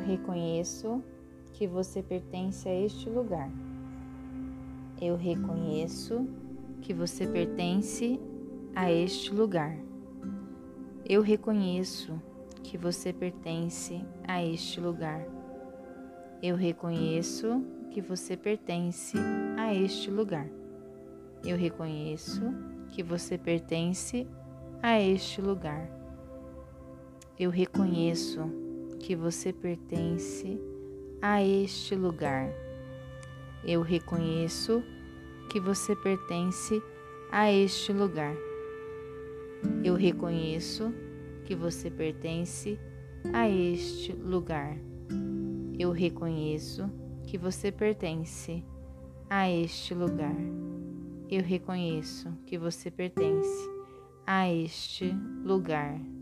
reconheço que você pertence a este lugar. Eu reconheço que você pertence a este lugar. Eu reconheço que você pertence a este lugar. Eu reconheço que você pertence a este lugar. Eu reconheço que você pertence a este lugar. Eu reconheço que você pertence a este lugar. Eu reconheço que você pertence a este lugar. Eu reconheço que você pertence a este lugar. Eu reconheço que você pertence a este lugar. Eu reconheço que você pertence a este lugar.